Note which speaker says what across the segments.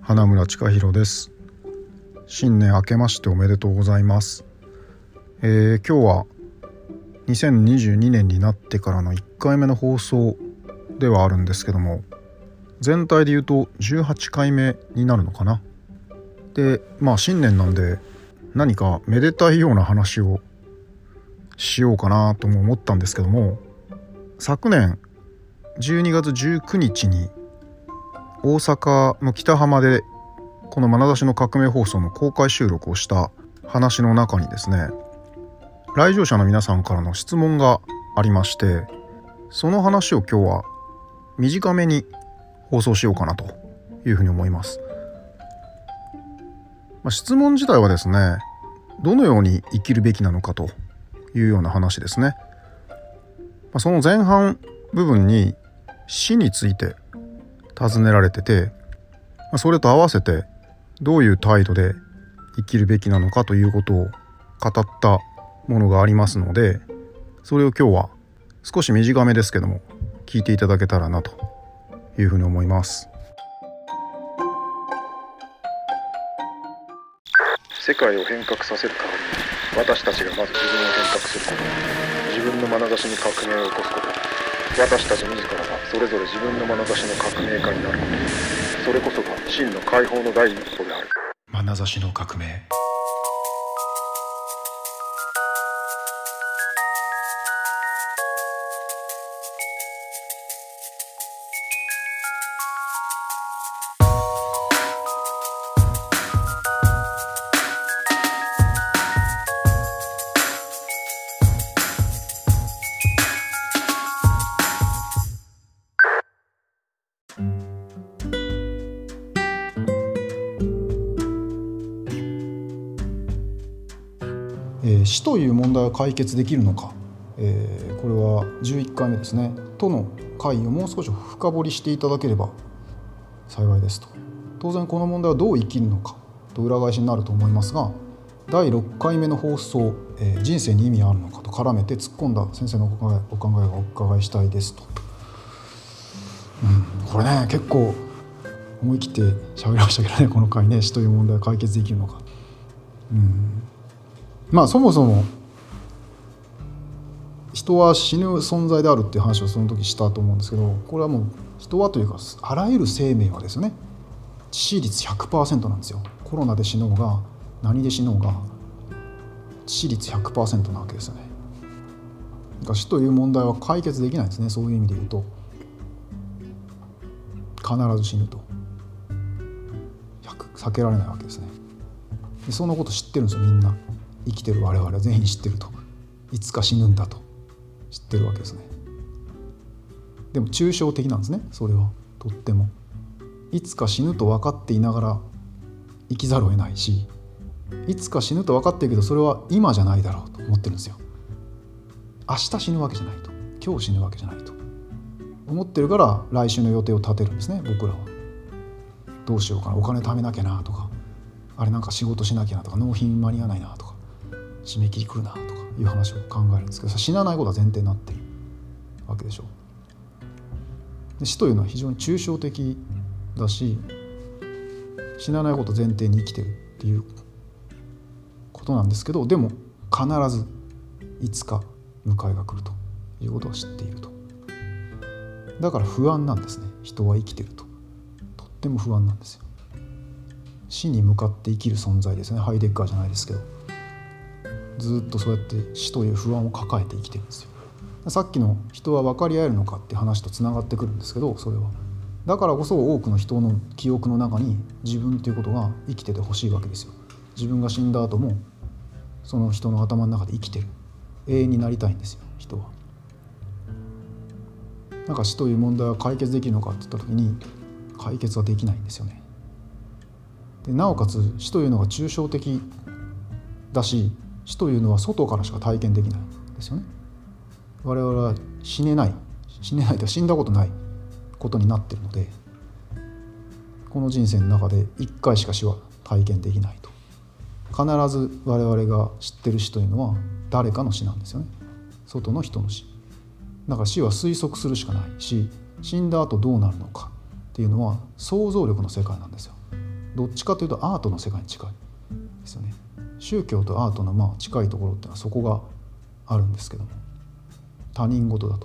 Speaker 1: 花村親弘です。新年明けましておめでとうございます。今日は2022年になってからの1回目の放送ではあるんですけども、全体で言うと18回目になるのかな。で、新年なんで何かめでたいような話をしようかなとも思ったんですけども、昨年12月19日に大阪の北浜でこの眼差しの革命放送の公開収録をした話の中にですね、来場者の皆さんからの質問がありまして、その話を今日は短めに放送しようかなというふうに思います。質問自体はですね、どのように生きるべきなのかというような話ですね。その前半部分に死について尋ねられてて、それと合わせてどういう態度で生きるべきなのかということを語ったものがありますので、それを今日は少し短めですけども聞いていただけたらなというふうに思います。
Speaker 2: 世界を変革させる代わりに、私たちがまず自分を変革すること、自分の眼差しに革命を起こすこと、私たち自らがそれぞれ自分の眼差しの革命家になること、それこそが真の解放の第一歩である。
Speaker 1: 眼差しの革命。死という問題は解決できるのか、これは11回目ですねとの回をもう少し深掘りしていただければ幸いですと。当然この問題はどう生きるのかと裏返しになると思いますが、第6回目の放送、人生に意味あるのかと絡めて突っ込んだ先生のお考えをお伺いしたいですと。これね、結構思い切って喋りましたけどね、この回ね、死という問題は解決できるのか。そもそも人は死ぬ存在であるっていう話をその時したと思うんですけど、これはもう人はというかあらゆる生命はですよね、致死率 100% なんですよ。コロナで死のうが何で死のうが致死率 100% なわけですよね。だから死という問題は解決できないですね。そういう意味で言うと必ず死ぬと避けられないわけですね。でそのこと知ってるんですよ、みんな。生きてる我々は全員知ってると。いつか死ぬんだと知ってるわけですね。でも抽象的なんですね、それは。とってもいつか死ぬと分かっていながら生きざるを得ないし、いつか死ぬと分かってるけどそれは今じゃないだろうと思ってるんですよ。明日死ぬわけじゃないと、今日死ぬわけじゃないと思ってるから、来週の予定を立てるんですね、僕らは。どうしようかな、お金貯めなきゃなとか、あれなんか仕事しなきゃなとか、納品間に合わないなとか、締め切り来るなとかいう話を考えるんですけど、死なないことは前提になってるわけでしょう。で死というのは非常に抽象的だし、死なないことを前提に生きてるっていうことなんですけど、でも必ずいつか迎えが来るということは知っていると。だから不安なんですね、人は生きてると。とっても不安なんですよ。死に向かって生きる存在ですね。ハイデッカーじゃないですけど、ずっとそうやって死という不安を抱えて生きてるんですよ。さっきの人は分かり合えるのかって話とつながってくるんですけど、それはだからこそ多くの人の記憶の中に自分ということが生きててほしいわけですよ。自分が死んだ後もその人の頭の中で生きてる、永遠になりたいんですよ、人は。なんか死という問題は解決できるのかって言った時に解決はできないんですよね。でなおかつ死というのが抽象的だし、死というのは外からしか体験できないんですよね。我々は死ねないと死んだことないことになっているので、この人生の中で一回しか死は体験できないと。必ず我々が知ってる死というのは誰かの死なんですよね。外の人の死だから、死は推測するしかないし、死んだ後どうなるのかっていうのは想像力の世界なんですよ。 どっちかというとアートの世界に近いですよね。宗教とアートの近いところっていうのはそこがあるんですけども、他人事だと。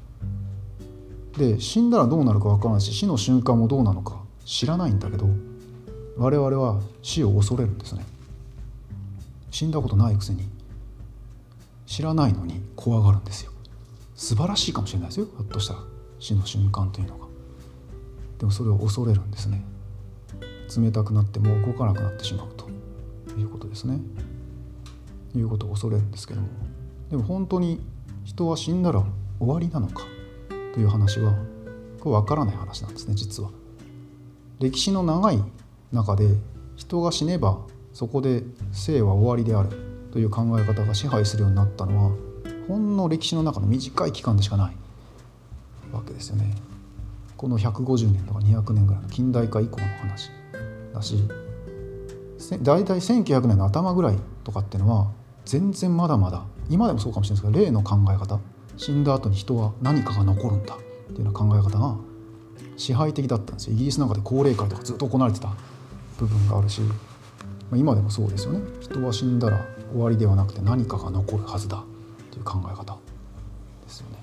Speaker 1: で死んだらどうなるか分からないし、死の瞬間もどうなのか知らないんだけど、我々は死を恐れるんですね。死んだことないくせに知らないのに怖がるんですよ。素晴らしいかもしれないですよ、ひょっとしたら死の瞬間というのが。でもそれを恐れるんですね。冷たくなってもう動かなくなってしまうということですね。いうことを恐れるんですけども、でも本当に人は死んだら終わりなのかという話はこれ分からない話なんですね。実は歴史の長い中で人が死ねばそこで生は終わりであるという考え方が支配するようになったのはほんの歴史の中の短い期間でしかないわけですよね。この150年とか200年ぐらいの近代化以降の話だし、だいたい1900年の頭ぐらいとかっていうのは全然まだまだ今でもそうかもしれないですけど、例の考え方、死んだ後に人は何かが残るんだっていうような考え方が支配的だったんですよ。イギリスなんかで高齢会とかずっと行われてた部分があるし、今でもそうですよね。人は死んだら終わりではなくて何かが残るはずだという考え方ですよね。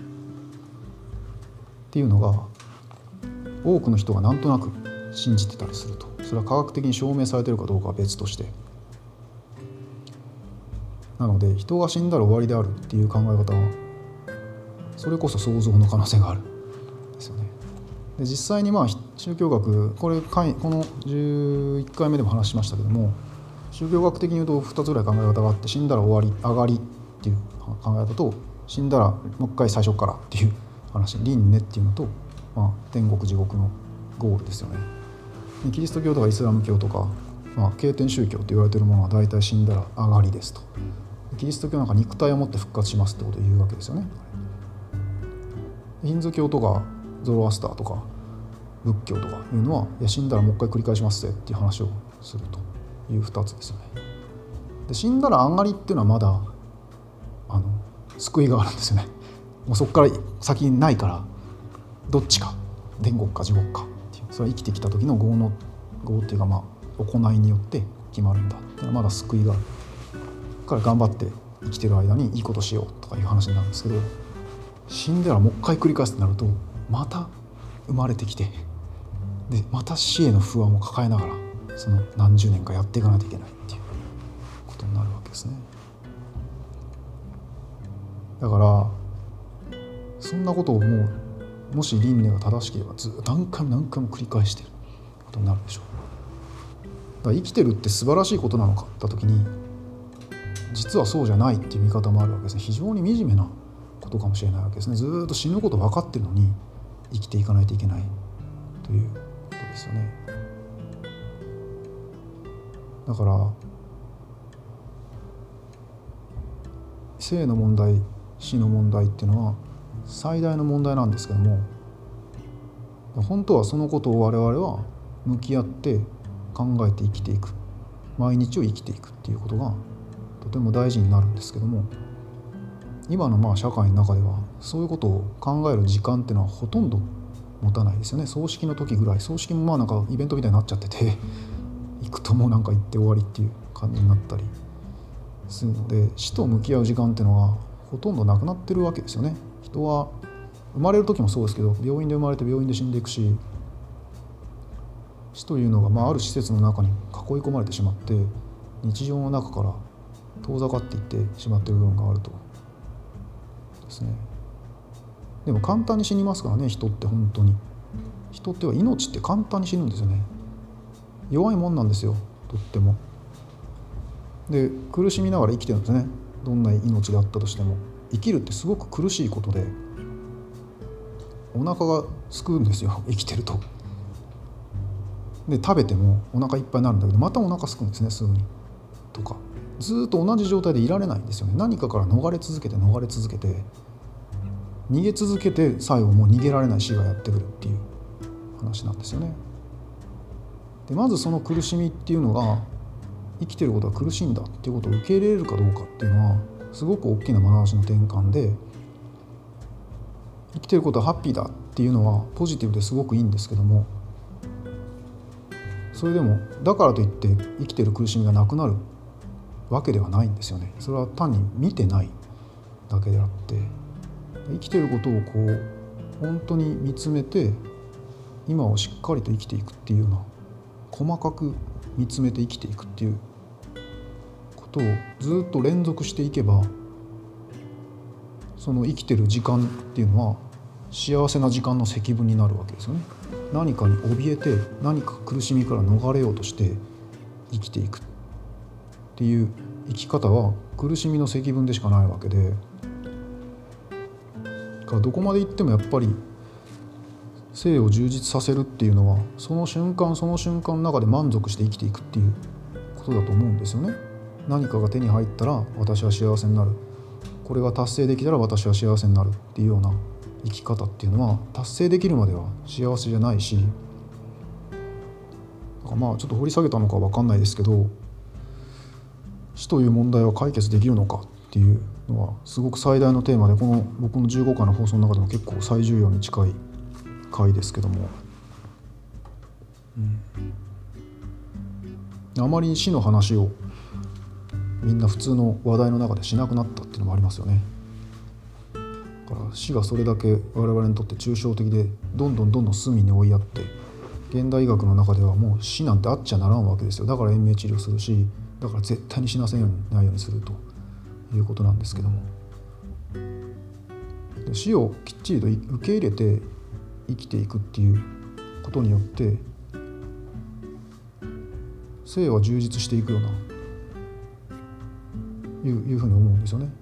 Speaker 1: っていうのが多くの人がなんとなく信じてたりすると。それは科学的に証明されているかどうかは別として、なので人が死んだら終わりであるっていう考え方はそれこそ想像の可能性があるんですよね。で実際に宗教学、この11回目でも話しましたけども、宗教学的に言うと2つぐらい考え方があって、死んだら終わり上がりっていう考え方と、死んだらもう一回最初からっていう話、輪廻っていうのと、天国地獄のゴールですよね。キリスト教とかイスラム教とか、経典宗教と言われているものは大体死んだら上がりですと。キリスト教なんか肉体を持って復活しますってことを言うわけですよね。ヒンズー教とかゾロアスターとか仏教とかいうのは、いや死んだらもう一回繰り返しますぜっていう話をするという2つですよね。で死んだら上がりっていうのはまだ救いがあるんですよね。もうそこから先ないから、どっちか天国か地獄かっていう、それは生きてきた時の業っていうか行いによって決まるんだっていうのはまだ救いがあるから、頑張って生きてる間にいいことしようとかいう話になるんですけど、死んだらもう一回繰り返すってなると、また生まれてきて、でまた死への不安を抱えながらその何十年かやっていかないといけないっていうことになるわけですね。だからそんなことをもし輪廻が正しければ何回も何回も繰り返していることになるでしょう。だから生きてるって素晴らしいことなのかって時に、実はそうじゃないっていう見方もあるわけですね。非常に惨めなことかもしれないわけですね。ずっと死ぬこと分かってるのに生きていかないといけないということですよね。だから生の問題、死の問題っていうのは最大の問題なんですけども、本当はそのことを我々は向き合って考えて生きていく、毎日を生きていくっていうことがとても大事になるんですけども、今の社会の中ではそういうことを考える時間っていうのはほとんど持たないですよね。葬式の時ぐらい、葬式もなんかイベントみたいになっちゃってて、行くともうなんか行って終わりっていう感じになったりするので、死と向き合う時間っていうのはほとんどなくなってるわけですよね。人は生まれる時もそうですけど、病院で生まれて病院で死んでいくし、死というのがある施設の中に囲い込まれてしまって、日常の中から遠ざかっていってしまっている部分があるとですね。でも簡単に死にますからね、人って本当に。人っては命って簡単に死ぬんですよね。弱いもんなんですよ、とっても。で苦しみながら生きてるんですね。どんな命があったとしても生きるってすごく苦しいことで、お腹がすくうんですよ、生きてると。で食べてもお腹いっぱいになるんだけど、またお腹すくんですね、すぐにとか。ずっと同じ状態でいられないんですよね。何かから逃れ続けて逃げ続けて、最後もう逃げられない死がやってくるっていう話なんですよね。でまずその苦しみっていうのが、生きてることは苦しいんだっていうことを受け入れれるかどうかっていうのはすごく大きな眼差しの転換で、生きてることはハッピーだっていうのはポジティブですごくいいんですけども、 それでもだからといって生きてる苦しみがなくなるわけではないんですよね。それは単に見てないだけであって、生きてることをこう本当に見つめて今をしっかりと生きていくっていうような、細かく見つめて生きていくっていうことをずっと連続していけば、その生きてる時間っていうのは幸せな時間の積分になるわけですよね。何かに怯えて何か苦しみから逃れようとして生きていくっていう生き方は苦しみの積分でしかないわけで、だからどこまで行ってもやっぱり生を充実させるっていうのはその瞬間その瞬間の中で満足して生きていくっていうことだと思うんですよね。何かが手に入ったら私は幸せになる、これが達成できたら私は幸せになるっていうような生き方っていうのは達成できるまでは幸せじゃないし、だからまあちょっと掘り下げたのか分かんないですけど、死という問題は解決できるのかっていうのはすごく最大のテーマで、この僕の15回の放送の中でも結構最重要に近い回ですけども、あまり死の話をみんな普通の話題の中でしなくなったっていうのもありますよね。だから死がそれだけ我々にとって抽象的でどんどん隅に追いやって、現代医学の中ではもう死なんてあっちゃならんわけですよ。だから延命治療するし、だから絶対に死なせないようにするということなんですけども、で死をきっちりと受け入れて生きていくっていうことによって生は充実していくようないうふうに思うんですよね。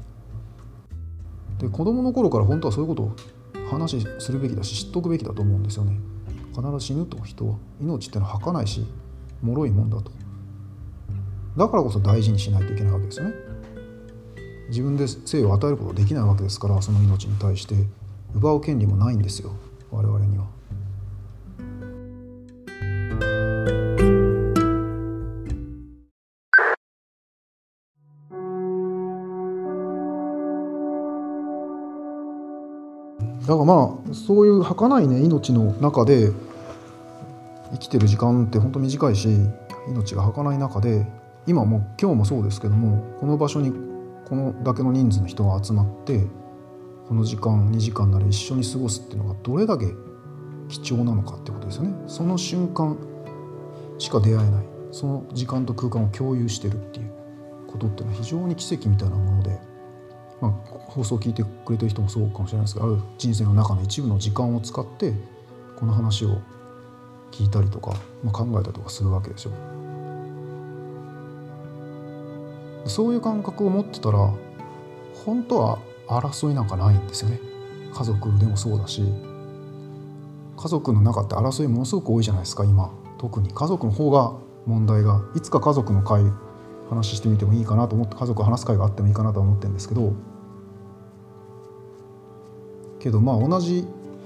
Speaker 1: で子供の頃から本当はそういうことを話するべきだし知っておくべきだと思うんですよね。必ず死ぬと、人は命ってのは儚いし脆いもんだと。だからこそ大事にしないといけないわけですよね。自分で生を与えることができないわけですから、その命に対して奪う権利もないんですよ、我々には。だからまあそういう儚いね命の中で生きてる時間って本当短いし、命が儚い中で今も今日もそうですけども、この場所にこのだけの人数の人が集まってこの時間2時間なら一緒に過ごすっていうのがどれだけ貴重なのかってことですよね。その瞬間しか出会えない、その時間と空間を共有してるっていうことっていうのは非常に奇跡みたいなもので、放送を聞いてくれてる人もそうかもしれないですけど、ある人生の中の一部の時間を使ってこの話を聞いたりとか、考えたりとかするわけですよ。そういう感覚を持ってたら本当は争いなんかないんですよね。家族でもそうだし、家族の中って争いものすごく多いじゃないですか。今特に家族の方が問題が、いつか家族の会話してみてもいいかなと思って、家族話す会があってもいいかなと思ってるんですけど、同じ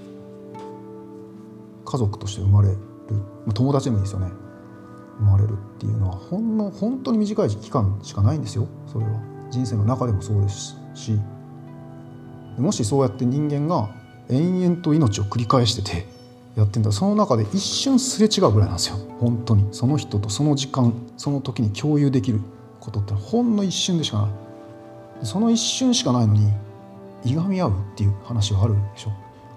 Speaker 1: 家族として生まれる、友達でもいいですよね、生まれるっていうのは本当に短い期間しかないんですよ。それは人生の中でもそうですし、もしそうやって人間が延々と命を繰り返しててやってんだ、その中で一瞬すれ違うぐらいなんですよ。本当にその人とその時間その時に共有できることってほんの一瞬でしかない。その一瞬しかないのにいがみ合うっていう話はあるでしょ。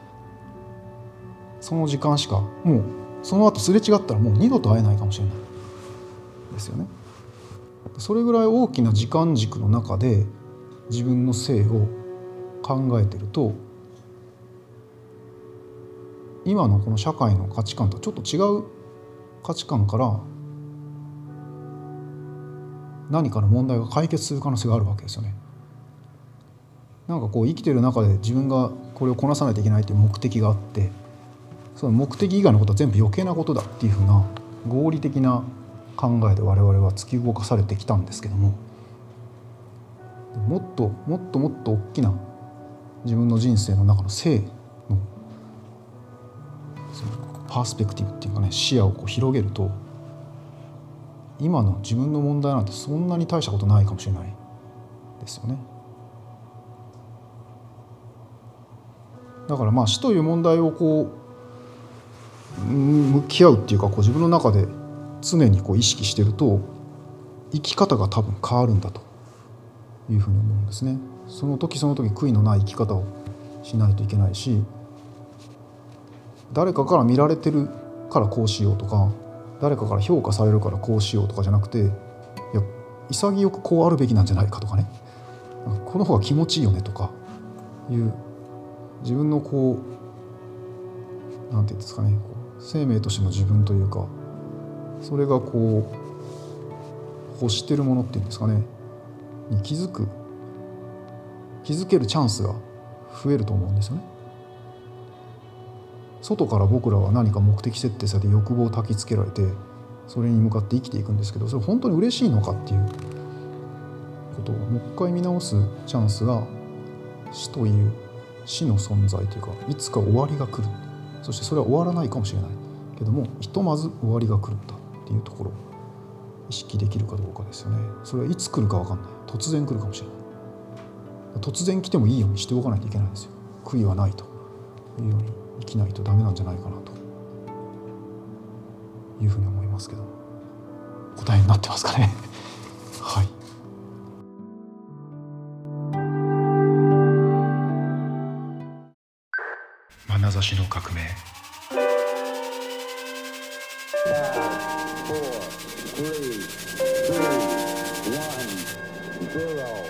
Speaker 1: その時間しか、もうその後すれ違ったらもう二度と会えないかもしれないですよね。それぐらい大きな時間軸の中で自分の生を考えてると、今のこの社会の価値観とちょっと違う価値観から何かの問題が解決する可能性があるわけですよね。生きてる中で自分がこれをこなさないといけないという目的があって、その目的以外のことは全部余計なことだっていうふうな合理的な考えで我々は突き動かされてきたんですけども、もっと大きな自分の人生の中の生のそのパースペクティブっていうかね、視野を広げると、今の自分の問題なんてそんなに大したことないかもしれないですよね。だから死という問題を向き合うっていうか、自分の中で常に意識してると生き方が多分変わるんだというふうに思うんですね。その時その時悔いのない生き方をしないといけないし、誰かから見られてるからこうしようとか、誰かから評価されるからこうしようとかじゃなくて、いや潔くこうあるべきなんじゃないかとかね、この方が気持ちいいよねとかいう自分のなんていうんですかね、生命としての自分というか、それが欲してるものっていうんですかねに気づけるチャンスが増えると思うんですよね。外から僕らは何か目的設定されて欲望を焚きつけられて、それに向かって生きていくんですけど、それ本当に嬉しいのかっていうことをもう一回見直すチャンスが死という死の存在というか、いつか終わりが来る、そしてそれは終わらないかもしれないけども、ひとまず終わりが来るんだっていうところを意識できるかどうかですよね。それはいつ来るか分かんない、突然来るかもしれない。突然来てもいいようにしておかないといけないんですよ。悔いはないというように生きないとダメなんじゃないかなというふうに思いますけど、答えになってますかねはい。眼差しの革命。5 4 3 2 1 0